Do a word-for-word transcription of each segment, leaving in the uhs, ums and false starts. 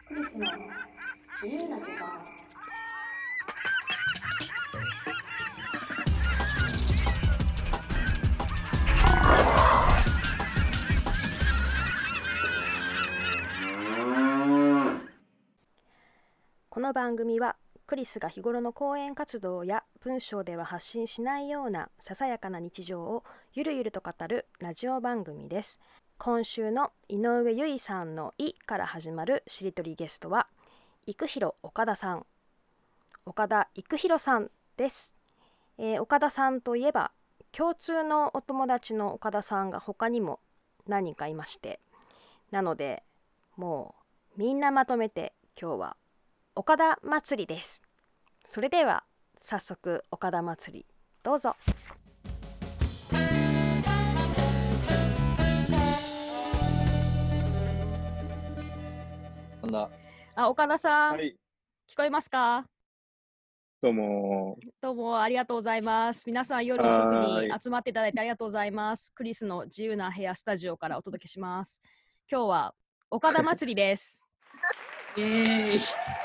クリスの自由な時間。 この番組はクリスが日頃の講演活動や文章では発信しないようなささやかな日常をゆるゆると語るラジオ番組です。今週の井上由衣さんのいから始まるしりとりゲストは生弘岡田さん、岡田生弘さんです。えー、岡田さんといえば共通のお友達の岡田さんが他にも何人かいまして、なのでもうみんなまとめて今日は岡田祭りです。それでは早速岡田祭りどうぞ。 なんだ。 あ、岡田さん、 はい、 聞こえますか？ どうも。 どうもありがとうございます。皆さん夜遅くに集まっていただいてありがとうございます。クリスの自由な部屋スタジオからお届けします。今日は岡田祭りです。 イエーイ。 えー、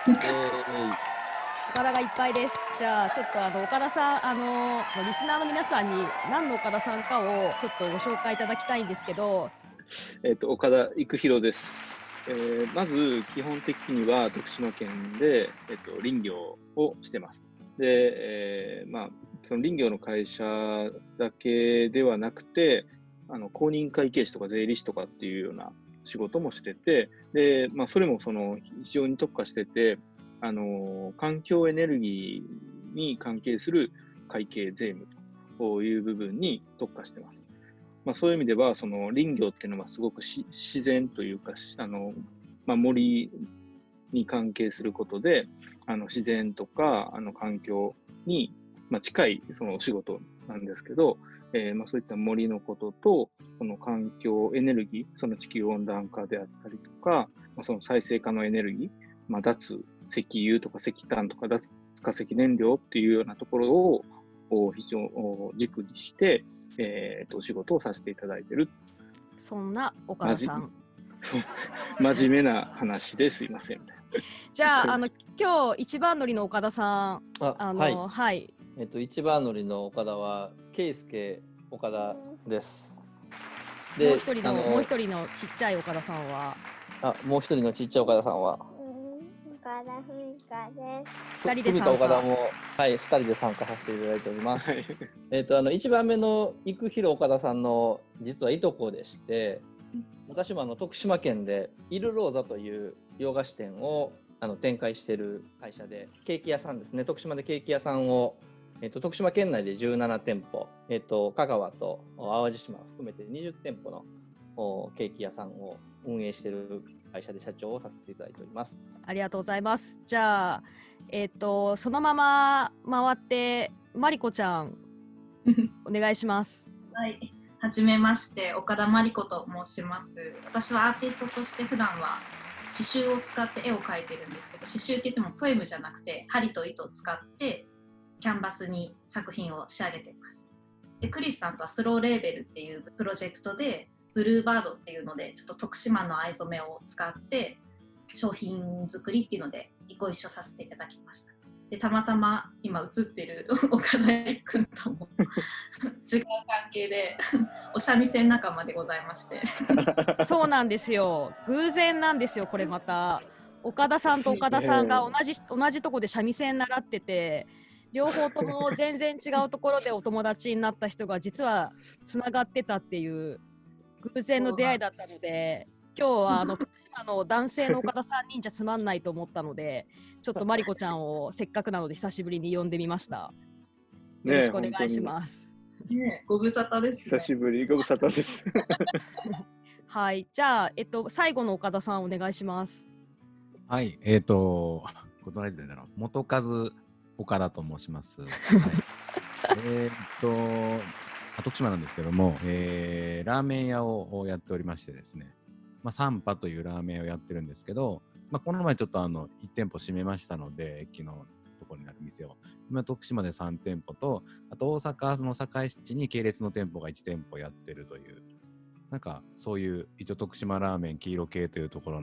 岡田がいっぱいです。じゃあちょっとあの岡田さん、あのリスナーの皆さんに何の岡田さんかをちょっとご紹介いただきたいんですけど、 えっと岡田育弘です。えー、まず基本的には徳島県で、えっと、林業をしてます。で、えー、まあその林業の会社だけではなくて、あの公認会計士とか税理士とかっていうような仕事もしてて、で、まあそれもその非常に特化してて、あの環境エネルギーに関係する会計税務という部分に特化してます。まあ、そういう意味ではその林業っていうのはすごくし自然というかあの、まあ、森に関係することであの自然とかあの環境に、まあ、近いそのお仕事なんですけど、えーまあ、そういった森のこととその環境エネルギー、その地球温暖化であったりとか、まあ、その再生可能エネルギー、まあ、脱石油とか石炭とか脱化石燃料っていうようなところを非常に軸にしてえー、と仕事をさせていただいている。 そんな岡田さん、 真面目な話ですいません。 じゃあ、あの今日一番乗りの岡田さん、 あ、 あのはい、 はい、 えっと一番乗りの岡田は圭介岡田です。 で、もう一人のもう一人のちっちゃい岡田さんは、 あ、もう一人のちっちゃい岡田さんは、 岡田文香です。 二人で参加。 文香岡田もはい、二人で参加させていただいております。はい、えっとあの一番目の生弘岡田さんの実はいとこでして、私もあの徳島県でイルローザという洋菓子店をあの展開している会社で、ケーキ屋さんですね。徳島でケーキ屋さんを、えっと、徳島県内でじゅうななてんぽ、えっと、香川と淡路島を含めてにじゅってんぽのケーキ屋さんを運営している会社で社長をさせていただいております。 ありがとうございます。じゃあ、えっと、そのまま回ってマリコちゃんお願いします。 はい、はじめまして、岡田真理子と申します。私はアーティストとして普段は刺繍を使って絵を描いてるんですけど、刺繍って言ってもポエムじゃなくて針と糸を使ってキャンバスに作品を仕上げています。で、クリスさんとはスローレーベルっていうプロジェクトでブルーバードっていうのでちょっと徳島の藍染めを使って商品作りっていうのでご一緒させていただきました。で、たまたま今映ってる岡田君とも違う関係でお三味線仲間でございましてそうなんですよ、偶然なんですよ。これまた岡田さんと岡田さんが同じ同じとこで三味線習ってて、両方とも全然違うところでお友達になった人が実はつながってたっていう偶然の出会いだったので、今日はあの福島の男性の岡田さんにんじゃつまんないと思ったので、ちょっとマリコちゃんをせっかくなので久しぶりに呼んでみました。よろしくお願いします。 ね、ご無沙汰です、 ね。久しぶり、ご無沙汰です。 はい、じゃあ、えっと、最後の岡田さんお願いします。 はい、えっ、ー、と、このラジオだろう、元和岡田と申します。はい、えっと、徳島なんですけども、えー、ラーメン屋をやっておりましてですね、まあ、サンパというラーメン屋をやってるんですけど、まあ、この前ちょっとあのいち店舗閉めましたので、駅のところになる店を今徳島でさん店舗と、あと大阪の堺市に系列の店舗がいち店舗やってるという、なんかそういう一応徳島ラーメン黄色系というところの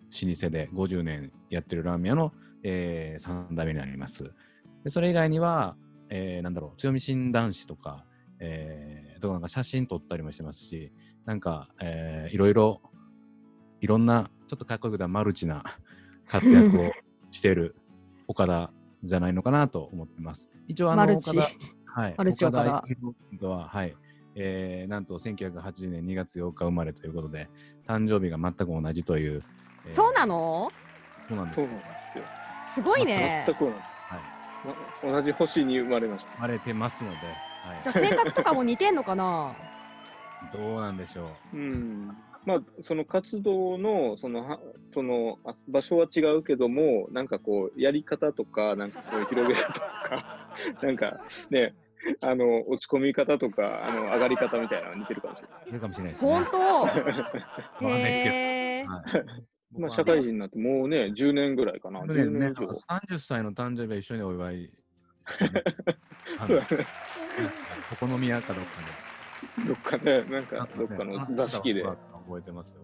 老舗でごじゅうねんやってるラーメン屋の、えー、さん代目になります。でそれ以外には、えー、なんだろう、強み診断士とか、えー、となんか写真撮ったりもしてますし、なんか、えー、いろいろいろんなちょっとかっこよくたマルチな活躍をしている岡田じゃないのかなと思ってます。一応あのマルチ岡田、はい、 マルチ岡田岡田は、はい、えー、なんとせんきゅうひゃくはちじゅうねんにがつようか生まれということで、誕生日が全く同じという。えー、 そうなの？ そうなんです。 そうなんですよ。 すごいね。 全く同じ。はい、同じ星に生まれました。 生まれてますので、はい、 じゃあ性格とかも似てんのかな？ どうなんでしょう。 うん。まあ、その活動のそのはその場所は違うけども、なんかこうやり方とか、なんかそういう広げ方とか、なんかね、あの落ち込み方とか、あの上がり方みたいなの似てるかもしれない。 似てるかもしれないですね。 本当？ わかんないですけど。 へー。 はい、 まあ社会人になってもうね、じゅうねんぐらいかな。じゅうねん以上。 さんじゅっさいの誕生日は一緒にお祝いしてね。お好み屋かどっかで。 どっかね、なんかどっかの座敷で。 覚えてますよ。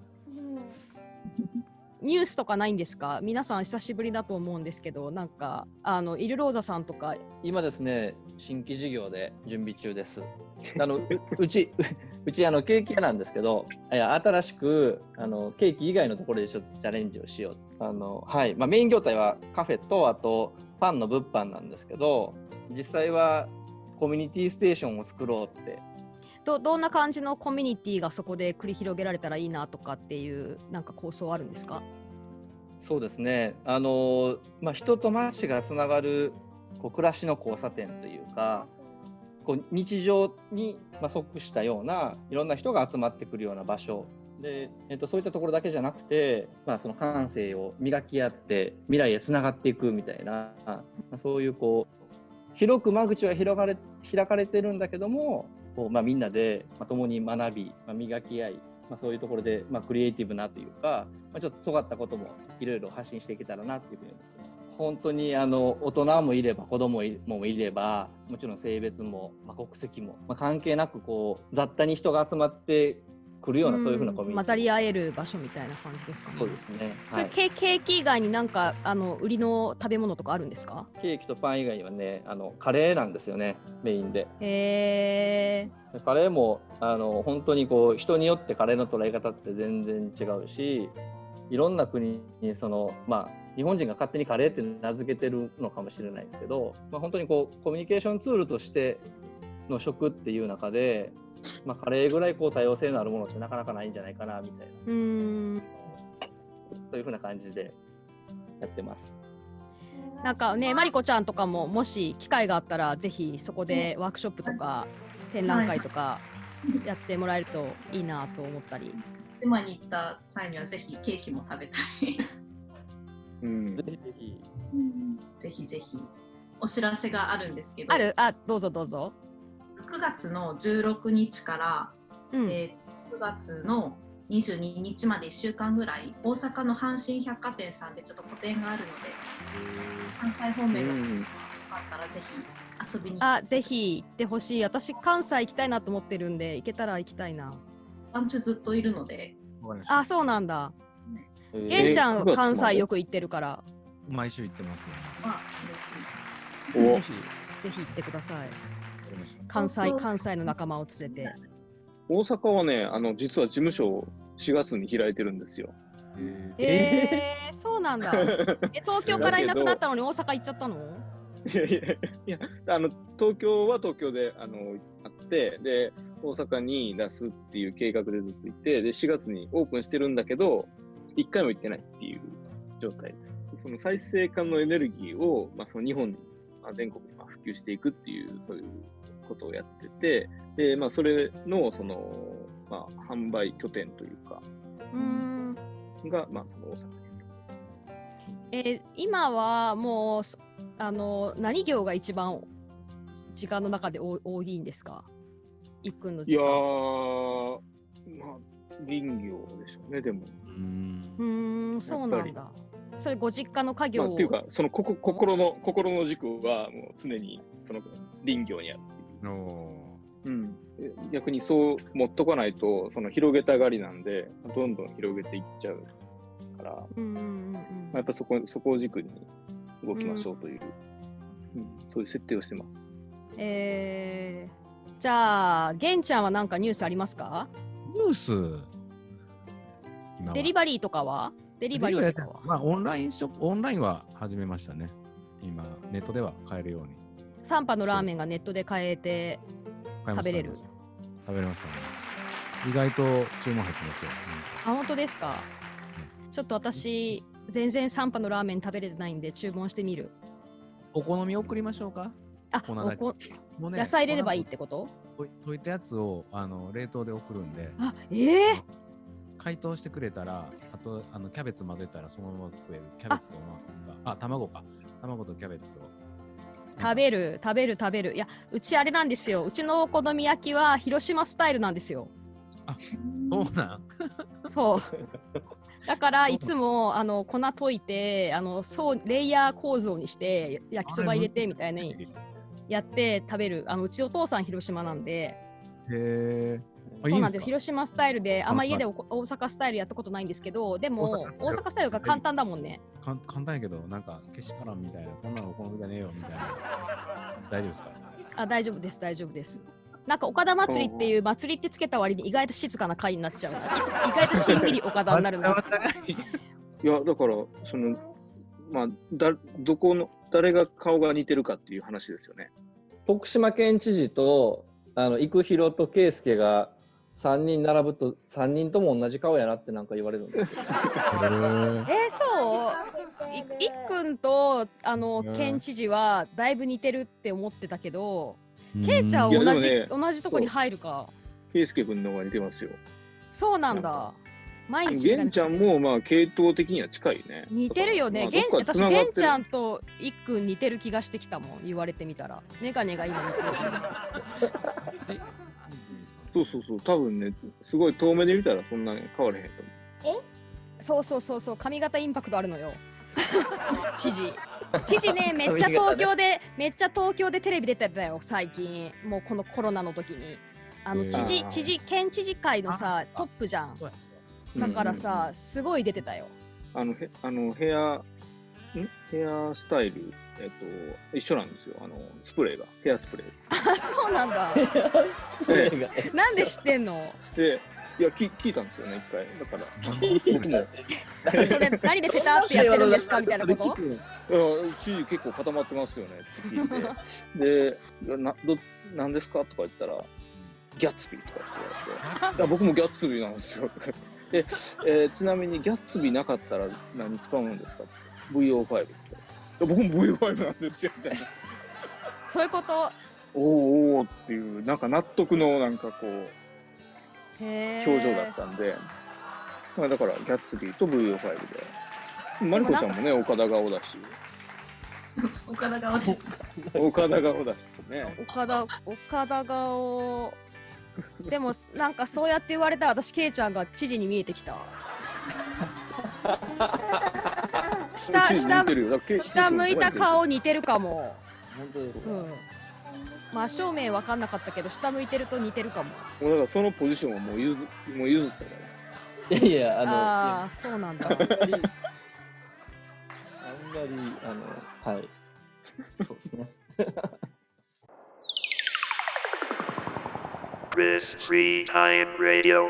ニュースとかないんですか？皆さん久しぶりだと思うんですけど、なんかあのイルローザさんとか。 今ですね、新規事業で準備中です。あの う, うちうちあのケーキ屋なんですけど、いや新しくあのケーキ以外のところでちょっとチャレンジをしよう。あのはい、まあ、メイン業態はカフェとあとパンの物販なんですけど、実際はコミュニティステーションを作ろうって。 ど, どんな感じのコミュニティがそこで繰り広げられたらいいなとかっていうなんか構想あるんですか？ そうですね、あの、まあ、人と街がつながるこう暮らしの交差点というか、こう日常にまあ即したようないろんな人が集まってくるような場所で、えっと、そういったところだけじゃなくて、まあ、その感性を磨き合って未来へつながっていくみたいな、まあ、そういうこう広く間口は広がれ開かれてるんだけども、こう、まあ、みんなで、まあ、共に学び、まあ、磨き合い、まあ、そういうところで、まあ、クリエイティブなというか、まあ、ちょっと尖ったこともいろいろ発信していけたらなというふうに思っています。本当にあの大人もいれば子供もいれば、もちろん性別も、まあ、国籍も、まあ、関係なくこう雑多に人が集まってくるような、そういうふうなコミュニティ、 混ざり合える場所みたいな感じですかね。 そうですね。 それ、はい、ケ, ケーキ以外になんかあの売りの食べ物とかあるんですか？ ケーキとパン以外にはね、あのカレーなんですよね、メインで。 へー。カレーもあの本当にこう人によってカレーの捉え方って全然違うし、いろんな国にそのまあ日本人が勝手にカレーって名付けてるのかもしれないですけど、まあ、本当にこうコミュニケーションツールとしての食っていう中で、まあ、カレーぐらいこう多様性のあるものってなかなかないんじゃないかなみたいな、 うーん、 そういうふうな感じでやってます。 なんかね、マリコちゃんとかももし機会があったらぜひそこでワークショップとか展覧会とかやってもらえるといいなと思ったり。 島に行った際にはぜひケーキも食べたい。 うん、 ぜひぜひ、 ぜひぜひお知らせがあるんですけど、 ある？あ、どうぞどうぞ。 くがつのじゅうろくにちから、 うん、 えー、くがつのにじゅうににちまでいっしゅうかんぐらい大阪の阪神百貨店さんでちょっと個展があるので、関西方面がよかったらぜひ遊びに。 あ、ぜひ行ってほしい。私関西行きたいなと思ってるんで、行けたら行きたいな。 ワンチュずっといるので。 あ、そうなんだ。げんちゃん関西よく行ってるから毎週行ってますね。 あ、嬉しい。 ぜひぜひ行ってください。関西関西の仲間を連れて。 大阪はね、あの実は事務所をしがつに開いてるんですよ。 えー、そうなんだ。え、東京からいなくなったのに大阪行っちゃったの？ いやいやいや、あの東京は東京であのあってで大阪に出すっていう計画でずっといて、でしがつにオープンしてるんだけどいっかいも行ってないっていう状態です。その再生可能エネルギーを、まあ、その日本に、まあ、全国に普及していくっていうそういうことをやってて、で、まあ、それのその、まあ、販売拠点というかうーんが、まあ、その大阪。 えー、今はもうあの何業が一番時間の中で多いんですか？いっくんの時間。 いやー、まあ、林業でしょうね、でも。 うーん、そうなんだ。それご実家の家業を、 まあ、っていうか、そのここ心の心の軸はもう常にその林業にあるっていう。うん、逆にそう持っとかないとその広げたがりなんでどんどん広げていっちゃうから、 うんうんうんうんまあ、やっぱそこそこを軸に動きましょうという、うんうん、そういう設定をしてます。 えー、じゃあ玄ちゃんは何かニュースありますか？ ニュース今はデリバリーとかはデリバリーとかは、 まあ、オンラインショップ、オンラインは始めましたね。今、ネットでは買えるように。 サンパのラーメンがネットで買えて買いました食べれる。 食べれましたね。意外と注文入ってますよ。 あ、本当ですか？ちょっと私全然サンパのラーメン食べれてないんで注文してみる。 お好み送りましょうか。 あ、 粉だけおこもうね野菜入れればいいってこと？ と溶いたやつをあの冷凍で送るんで、 あ、ええー、 解凍してくれたら、あとあのキャベツ混ぜたらそのまま食える。キャベツとまあ、あ、卵か。卵とキャベツと。 食べる食べる食べる。いや、うちあれなんですよ。うちのお好み焼きは広島スタイルなんですよ。 あ、そうなん。 そう。だからいつもあの粉溶いてあのそうレイヤー構造にして焼きそば入れてみたいにやって食べる。あのうちお父さん広島なんで。 へえ。 そうなんですよ。広島スタイルであんま家でお大阪スタイルやったことないんですけど、でも大阪スタイルが簡単だもんね。 か簡単やけど、なんかけしからんみたいな、こんなのお好みじゃねえよみたいな。大丈夫ですか？ あ、大丈夫です大丈夫です。なんか岡田祭りっていう祭りってつけた割に意外と静かな回になっちゃうな。意外としんみり岡田になるな。 いやだからそのまあだどこの誰が顔が似てるかっていう話ですよね。 徳島県知事とあの生弘と圭介がさんにん並ぶとさんにんとも同じ顔やなってなんか言われるんですよ。 えー、そういいっくんとあの県知事はだいぶ似てるって思ってたけど、ケイちゃんは同じ、ね、同じとこに入るか。 圭介君の方が似てますよ。 そうなんだ。 毎日玄ちゃんもまあ系統的には近いね。 似てるよね。玄、まあ、私玄ちゃんといっくん似てる気がしてきたもん。言われてみたら。メガネが今似てる。 そうそうそう。多分ね、すごい遠目で見たらそんなに変われへんと思う。え？そうそうそうそう。髪型インパクトあるのよ。知事。知事ね、めっちゃ東京で、めっちゃ東京でテレビ出てたよ、最近。もうこのコロナの時に。あの知事、知事、県知事会のさ、トップじゃん。だからさ、すごい出てたよ。 あの、へあのヘア、んヘアスタイル、えっと、一緒なんですよ。あの、スプレーが。ヘアスプレー。 あ、そうなんだ。なんで知ってんの？ で、いや、き聞いたんですよね、一回。だから、僕も。 それ、何でペタってやってるんですかみたいなこと？ いや、知事結構固まってますよねって聞いて。で、な、ど、なんですかとか言ったら、ギャッツビーとか言われて。いや、僕もギャッツビーなんですよ。で、えー、ちなみにギャッツビーなかったら何使うんですか？ ブイオーファイブ って。僕も ブイオーファイブ なんですよみたいな。 そういうこと。 おーおーっていうなんか納得のなんかこう表情だったんで、まあ、だからギャッツビーと ブイオーファイブ で、マリコちゃんもね岡田顔だし。 岡田顔ですか？ 岡田顔だしね。 岡田岡田顔。でもなんかそうやって言われたら私ケイちゃんが知事に見えてきた。下下下向いた顔似てるかも。 本当ですか？うん。 真正面分かんなかったけど下向いてると似てるかも。 もうだからそのポジションはもう譲もう譲ったから。 いやいやあのああそうなんだ。あんまりあんまりあのはいそうですね。 Risk Free Time Radio。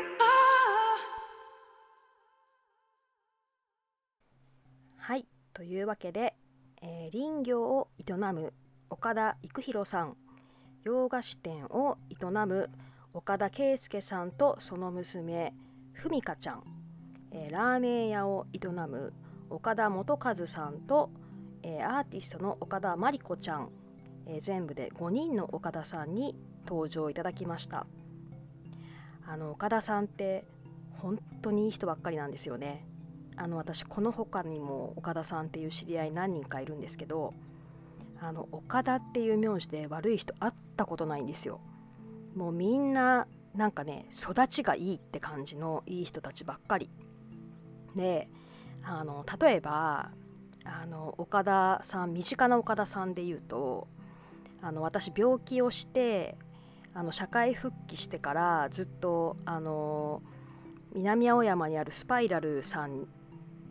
はい、というわけで、えー、林業を営む岡田育弘さん、洋菓子店を営む岡田圭介さんとその娘文香ちゃん、えー、ラーメン屋を営む岡田元和さんと、えー、アーティストの岡田真理子ちゃん、えー、全部でごにんの岡田さんに登場いただきました。あの岡田さんって本当にいい人ばっかりなんですよね。あの私この他にも岡田さんっていう知り合い何人かいるんですけど、あの岡田っていう名字で悪い人会ったことないんですよ。もうみんななんかね育ちがいいって感じのいい人たちばっかりで、あの例えばあの岡田さん、身近な岡田さんで言うと、あの私病気をしてあの社会復帰してからずっとあの南青山にあるスパイラルさん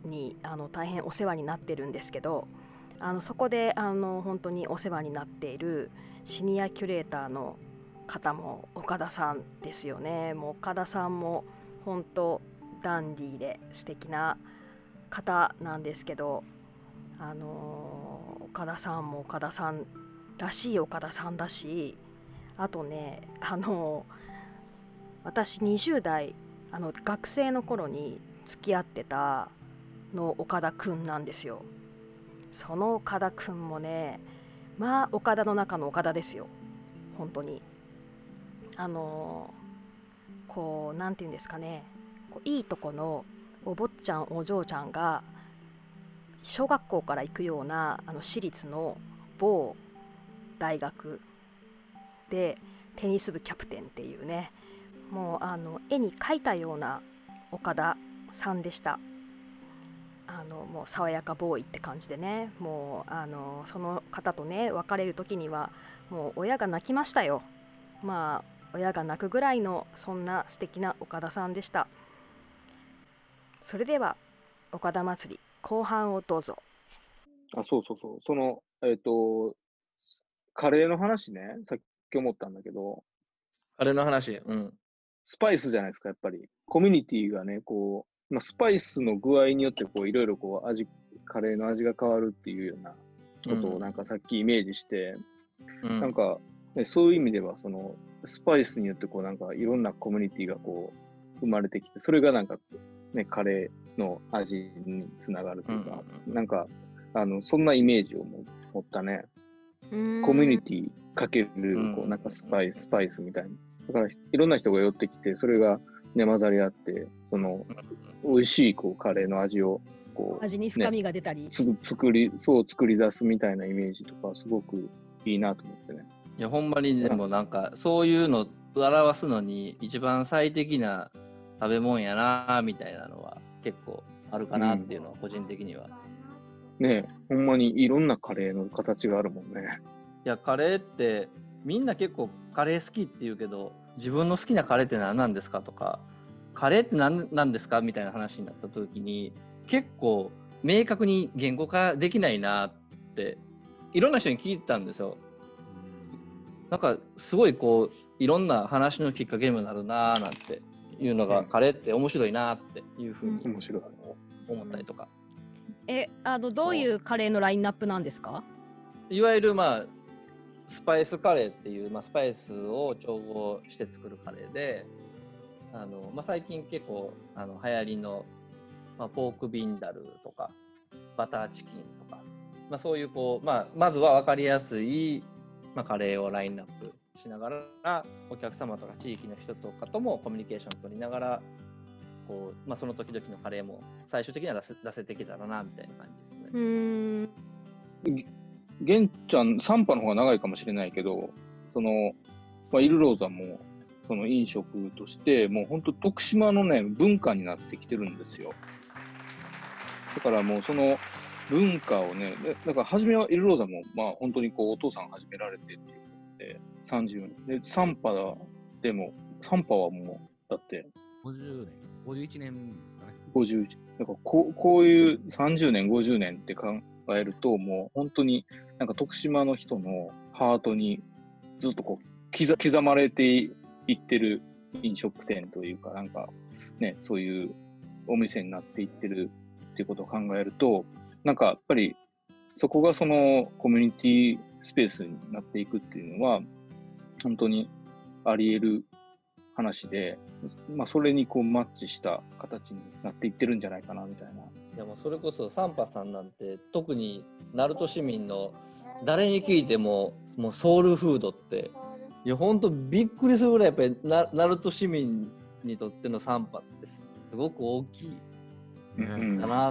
にあの大変お世話になってるんですけど、あのそこであの本当にお世話になっているシニアキュレーターの方も岡田さんですよね。もう岡田さんも本当ダンディーで素敵な方なんですけど、あの岡田さんも岡田さんらしい岡田さんだし、あとね、あの私にじゅう代あの学生の頃に付き合ってたの岡田くんなんですよ。その岡田くんもね、まあ岡田の中の岡田ですよ。本当にあのこうなんていうんですかね、こういいとこのお坊ちゃんお嬢ちゃんが小学校から行くようなあの私立の某大学でテニス部キャプテンっていうね、もうあの絵に描いたような岡田さんでした。あのもう爽やかボーイって感じでね、もうあのその方とね別れる時にはもう親が泣きましたよ。まあ親が泣くぐらいのそんな素敵な岡田さんでした。それでは岡田祭り後半をどうぞ。 あ、そうそうそう。その、えっと、カレーの話ね、さっき思ったんだけど、 あれの話、うん。 スパイスじゃないですか、やっぱり。コミュニティがね、こう、まあ、スパイスの具合によって、こう、いろいろこう、味、カレーの味が変わるっていうようなことを、なんかさっきイメージして、 うん、 なんか、ね、そういう意味では、その、スパイスによって、こう、なんか、いろんなコミュニティがこう、生まれてきて、それがなんか、ね、カレーの味につながるというか、 うん、 なんか、あの、そんなイメージを持ったね。コミュニティかける、こう、なんかスパイス、スパイスみたいな。だから、いろんな人が寄ってきて、それがね、混ざり合って、その、美味しい、こう、カレーの味を、こう、 味に深みが出たり、ね、 つ作り、そう作り出すみたいなイメージとか、すごくいいなと思ってね。 いや、ほんまにでもなんか、そういうのを表すのに、一番最適な食べ物やな、みたいなのは、結構あるかなっていうのは、個人的には。 うん、ねえ、ほんまにいろんなカレーの形があるもんね。 いや、カレーって、みんな結構カレー好きって言うけど、自分の好きなカレーって何なんですかとか、カレーって何なんですかみたいな話になった時に、結構明確に言語化できないなっていろんな人に聞いてたんですよ。なんかすごいこういろんな話のきっかけにもなるなーなんていうのが、うん、カレーって面白いなっていうふうに思ったりとか。 え、あのどういうカレーのラインナップなんですか？ いわゆるまあスパイスカレーっていう、まあ、スパイスを調合して作るカレーで、あの、まあ、最近結構あの流行りの、まあ、ポークビンダルとかバターチキンとか、まあ、そういうこう、まあ、まずは分かりやすい、まあ、カレーをラインナップしながらお客様とか地域の人とかともコミュニケーション取りながらこう、まあ、その時々のカレーも最終的には出せ、出せてきたらなみたいな感じですね。 うーん、 玄ちゃん、サンパの方が長いかもしれないけど、その、まあ、イルローザも、その飲食として、もう本当徳島のね、文化になってきてるんですよ。だからもうその文化をね、だから初めはイルローザも、まあ本当にこうお父さん始められてっていうことで、さんじゅうねん。で、サンパでも、サンパはもう、だって、 ごじゅうねん、ごじゅういちねんですかね。 ごじゅういち。だからこう、こういうさんじゅうねん、ごじゅうねんって考えると、もう本当になんか徳島の人のハートにずっとこう刻、刻まれていってる飲食店というか、なんかね、そういうお店になっていってるっていうことを考えると、なんかやっぱりそこがそのコミュニティスペースになっていくっていうのは、本当にあり得る話で、まあ、それにこうマッチした形になっていってるんじゃないかなみたいな。いやもうそれこそサンパさんなんて特に鳴門市民の誰に聞いてももうソウルフードって、いや本当びっくりするぐらいやっぱりな鳴門市民にとってのサンパってすごく大きいだなって。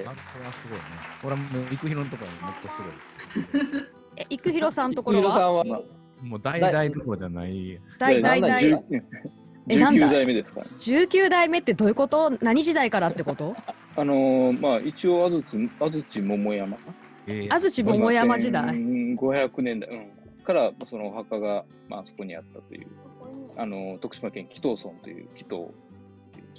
これはすごいね。これはもう育弘のところにもっとすごい。 え、育弘さんのところは？ もう大々どころじゃない。 大大大。じゅうきゅう代目ですか、ね。 じゅうきゅう代目ってどういうこと？何時代からってこと？ あのー、まあ一応安土安土桃山。 えー、安土桃山時代。 ごひゃくねんだい、うん、からそのお墓がまあそこにあったという、あのー、徳島県紀藤村という紀藤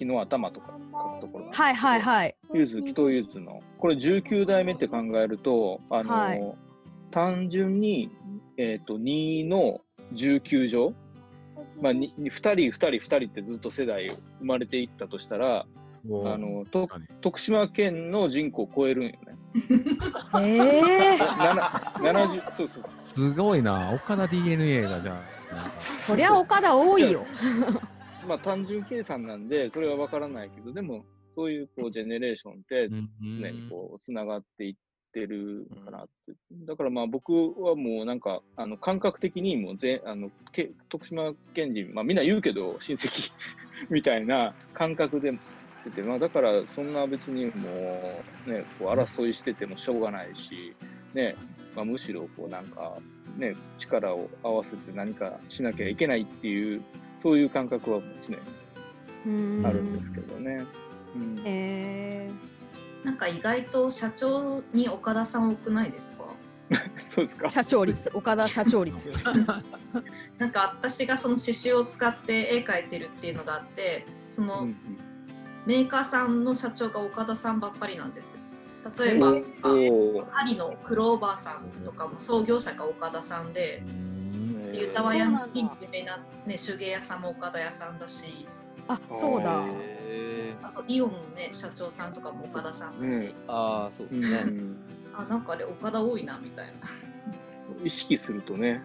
木の頭とか書くところなんですけど、 はいはいはい。 ゆず、木とゆずの、これじゅうきゅうだいめって考えると、あの、 はい、 単純に、えっと、にのじゅうきゅうじょう、まあ、にふたりふたりふたりってずっと世代生まれていったとしたら、あのと徳島県の人口を超えるんよね。 えー、 ななじゅうそうそうそう。 すごいな、岡田 ディーエヌエー がじゃあ。 そりゃ岡田多いよ。 まあ単純計算なんでそれは分からないけど、でもそういうこうジェネレーションって常にこうつながっていってるかなって。だからまあ僕はもうなんかあの感覚的にもうぜあのけ徳島県人、まあみんな言うけど親戚みたいな感覚でてて、まあ、だからそんな別にもうねこう争いしててもしょうがないしね、まあ、むしろこうなんかね力を合わせて何かしなきゃいけないっていうそういう感覚は常にあるんですけどね。うん、 えー、なんか意外と社長に岡田さん多くないですか？ そうですか。 社長率、岡田社長率。 なんか私がその刺繍を使って絵描いてるっていうのがあって、その、うんうん、メーカーさんの社長が岡田さんばっかりなんです。例えば、針のクローバーさんとかも創業者が岡田さんで、湯沢屋の有名な、ね、手芸屋さんも岡田屋さんだし、 あ、そうだ。 あとイオンの、ね、社長さんとかも岡田さんだし、うん、 ああそうですね。 あ、なんかあれ岡田多いなみたいな。 意識するとね。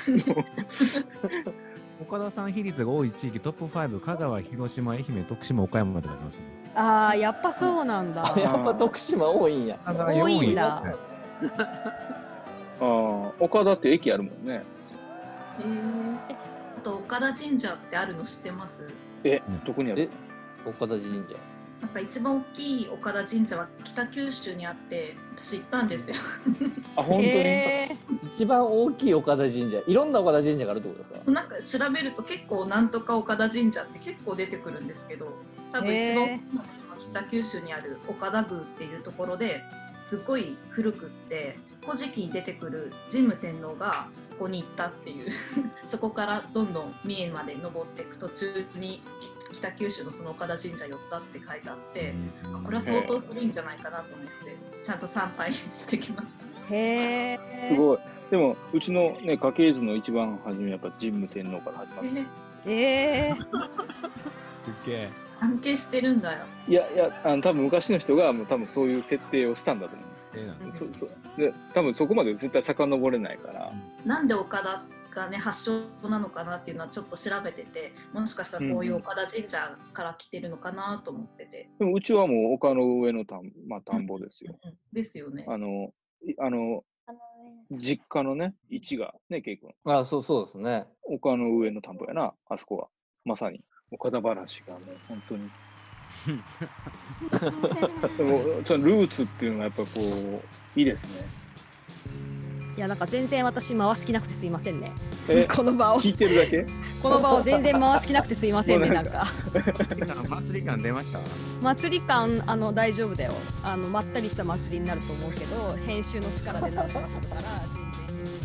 岡田さん比率が多い地域トップご、香川、広島、愛媛、徳島、岡山までありますね。 ああ、やっぱそうなんだ。 やっぱ徳島多いんや。 多いんだ。 ああ、岡田って駅あるもんね。 へえ。あと岡田神社ってあるの知ってます？ え、どこにある？ え、岡田神社。 なんか一番大きい岡田神社は北九州にあって私行ったんですよ。 あ、本当に、えー、一番大きい岡田神社、いろんな岡田神社があるってことですか？ なんか調べると結構なんとか岡田神社って結構出てくるんですけど、多分一番大きいのは北九州にある岡田宮っていうところですごい古くって「古事記」に出てくる神武天皇がここに行ったっていうそこからどんどん三重まで登っていく途中に北九州のその岡田神社寄ったって書いてあって、うん、これは相当古いんじゃないかなと思ってちゃんと参拝してきました。 へー、 すごい。でもうちのね家系図の一番初めやっぱ神武天皇から始まる。 えー、すげえ。 関係してるんだよ。 いやいや、あの多分昔の人がもう多分そういう設定をしたんだと思う。えー、そそで多分そこまで絶対遡れないから。 なんで岡田がね発祥なのかなっていうのはちょっと調べてて、もしかしたらこういう岡田神社から来てるのかなと思ってて。 でもうちはもう丘の上の田ん、まあ、田んぼですよ。 うんうん、ですよね。 あのあの実家のね位置がね、ケイ君。 あ、そうそうですね。 丘の上の田んぼやな、あそこはまさに岡田話がもう本当に。でもそのルーツっていうのがやっぱこういいですね。 いやなんか全然私回す気なくてすいませんね。 この場を聞いてるだけ？ この場を全然回す気なくてすいませんね。なんか祭り感出ました？ 祭り感あの大丈夫だよ。あのまったりした祭りになると思うけど、編集の力でなんとかするから全然。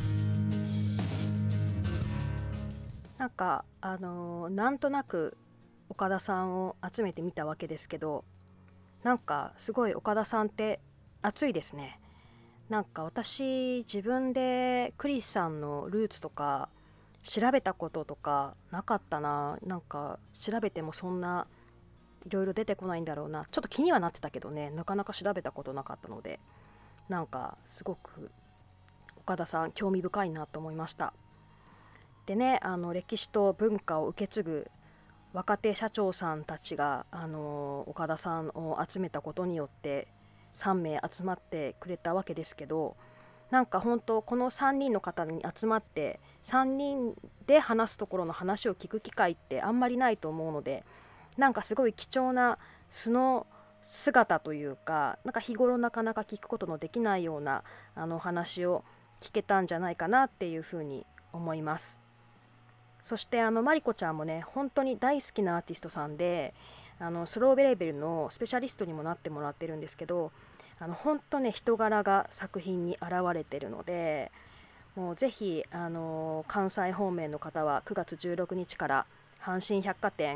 なんかあのー、なんとなく岡田さんを集めてみたわけですけど、なんかすごい岡田さんって熱いですね。なんか私自分でクリスさんのルーツとか調べたこととかなかったな。なんか調べてもそんないろいろ出てこないんだろうな。ちょっと気にはなってたけどね、なかなか調べたことなかったので、なんかすごく岡田さん興味深いなと思いました。でね、あの歴史と文化を受け継ぐ若手社長さんたちがあの岡田さんを集めたことによってさんめい集まってくれたわけですけど、なんか本当このさんにんの方に集まってさんにんで話すところの話を聞く機会ってあんまりないと思うので、なんかすごい貴重な素の姿というか、なんか日頃なかなか聞くことのできないようなあの話を聞けたんじゃないかなっていうふうに思います。そしてあのマリコちゃんもね本当に大好きなアーティストさんで、あのスローベレーベルのスペシャリストにもなってもらってるんですけど、あの本当ね人柄が作品に現れてるので、もうぜひあの関西方面の方はくがつじゅうろくにちから阪神百貨店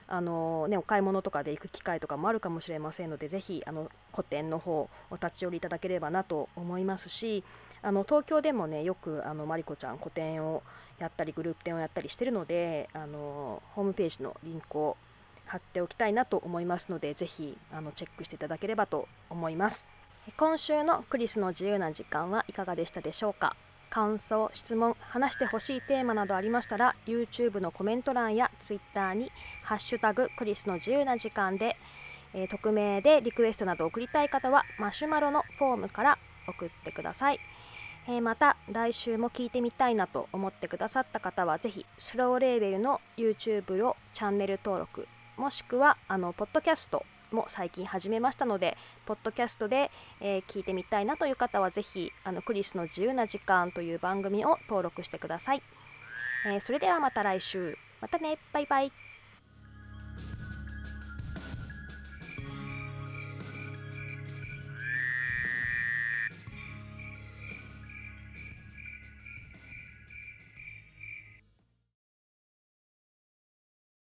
あの、ね、お買い物とかで行く機会とかもあるかもしれませんので、ぜひあの個展の方お立ち寄りいただければなと思いますし、あの東京でもねよくあのまりこちゃん個展をやったりグループ展をやったりしてるので、あのホームページのリンクを貼っておきたいなと思いますので、ぜひあのチェックしていただければと思います。今週のクリスの自由な時間はいかがでしたでしょうか。感想、質問、話してほしいテーマなどありましたら YouTube のコメント欄や Twitter にハッシュタグクリスの自由な時間で、えー、匿名でリクエストなど送りたい方はマシュマロのフォームから送ってください。えー、また来週も聞いてみたいなと思ってくださった方はぜひスローレーベルの YouTube をチャンネル登録、もしくはあのポッドキャストも最近始めましたので、ポッドキャストで、えー、聞いてみたいなという方はぜひあのクリスの自由な時間という番組を登録してください。えー、それではまた来週。またね。バイバイ。